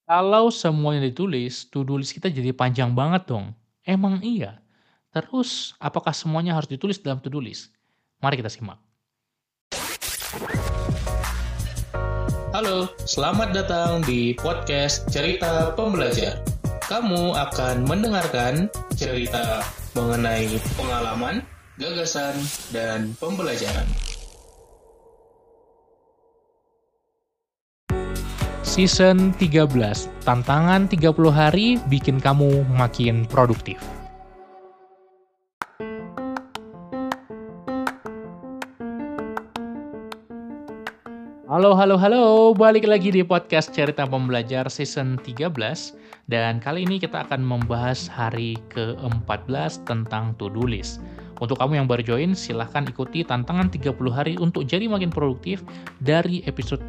Kalau semuanya ditulis, to-do list kita jadi panjang banget dong. Emang iya? Terus, apakah semuanya harus ditulis dalam to-do list? Mari kita simak. Halo, selamat datang di podcast Cerita Pembelajar. Kamu akan mendengarkan cerita mengenai pengalaman, gagasan, dan pembelajaran. Season 13, tantangan 30 hari bikin kamu makin produktif. Halo, balik lagi di podcast Cerita Pembelajar season 13, dan kali ini kita akan membahas hari ke-14 tentang to-do list. Untuk kamu yang baru join, silahkan ikuti tantangan 30 hari untuk jadi makin produktif dari episode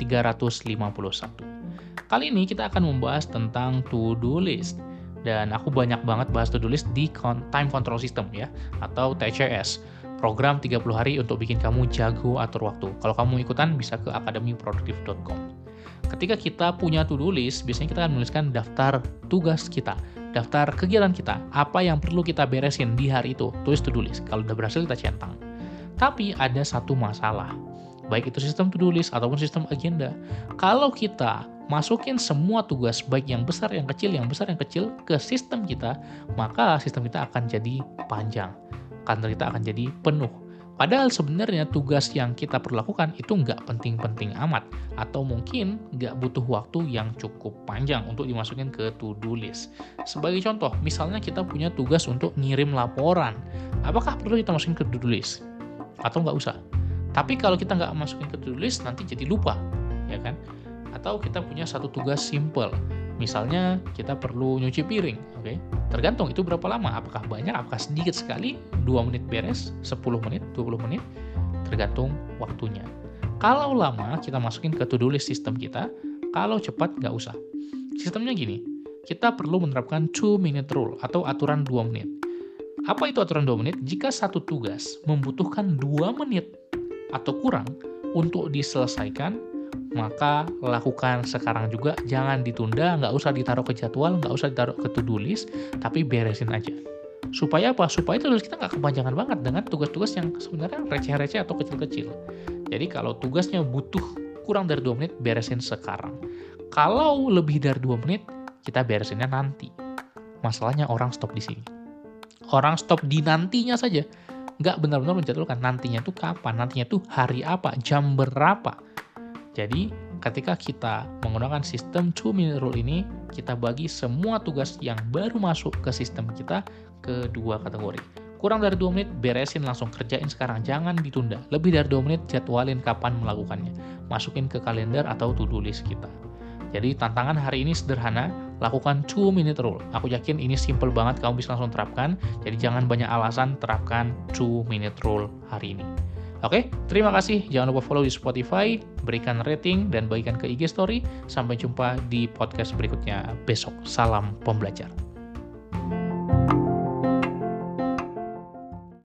351. Kali ini kita akan membahas tentang to-do list. Dan aku banyak banget bahas to-do list di Time Control System ya, atau TCS. Program 30 hari untuk bikin kamu jago atur waktu. Kalau kamu ikutan bisa ke akademiproduktif.com. Ketika kita punya to-do list, biasanya kita akan menuliskan daftar tugas kita, daftar kegiatan kita, apa yang perlu kita beresin di hari itu, tulis to-do list. Kalau udah berhasil kita centang. Tapi ada satu masalah, baik itu sistem to-do list ataupun sistem agenda. Kalau kita masukin semua tugas, baik yang besar, yang kecil, yang besar, yang kecil, ke sistem kita, maka sistem kita akan jadi panjang. Kantor kita akan jadi penuh. Padahal sebenarnya tugas yang kita perlu lakukan itu nggak penting-penting amat. Atau mungkin nggak butuh waktu yang cukup panjang untuk dimasukin ke to-do list. Sebagai contoh, misalnya kita punya tugas untuk ngirim laporan. Apakah perlu kita masukin ke to-do list? Atau nggak usah? Tapi kalau kita nggak masukin ke to-do list, nanti jadi lupa. Ya kan? Atau kita punya satu tugas simple, misalnya kita perlu nyuci piring, oke? Tergantung itu berapa lama, apakah banyak, apakah sedikit sekali, 2 menit beres, 10 menit, 20 menit, tergantung waktunya. Kalau lama, kita masukin ke to-do list sistem kita, kalau cepat nggak usah. Sistemnya gini, kita perlu menerapkan 2-minute rule atau aturan 2 menit. Apa itu aturan 2 menit? Jika satu tugas membutuhkan 2 menit atau kurang untuk diselesaikan, maka lakukan sekarang juga, jangan ditunda, nggak usah ditaruh ke jadwal, nggak usah ditaruh ke to-do list, tapi beresin aja. Supaya apa? Supaya tugas kita nggak kepanjangan banget dengan tugas-tugas yang sebenarnya receh-receh atau kecil-kecil. Jadi kalau tugasnya butuh kurang dari 2 menit, beresin sekarang. Kalau lebih dari 2 menit, kita beresinnya nanti. Masalahnya orang stop di sini. Orang stop di nantinya saja. Nggak benar-benar menjadwalkan nantinya tuh kapan, nantinya tuh hari apa, jam berapa. Jadi, ketika kita menggunakan sistem 2-minute rule ini, kita bagi semua tugas yang baru masuk ke sistem kita ke 2 kategori. Kurang dari 2 menit, beresin langsung, kerjain sekarang, jangan ditunda. Lebih dari 2 menit, jadwalin kapan melakukannya. Masukin ke kalender atau to-do list kita. Jadi, tantangan hari ini sederhana, lakukan 2-minute rule. Aku yakin ini simple banget, kamu bisa langsung terapkan. Jadi, jangan banyak alasan, terapkan 2-minute rule hari ini. Oke, terima kasih. Jangan lupa follow di Spotify, berikan rating, dan bagikan ke IG Story. Sampai jumpa di podcast berikutnya besok. Salam pembelajar.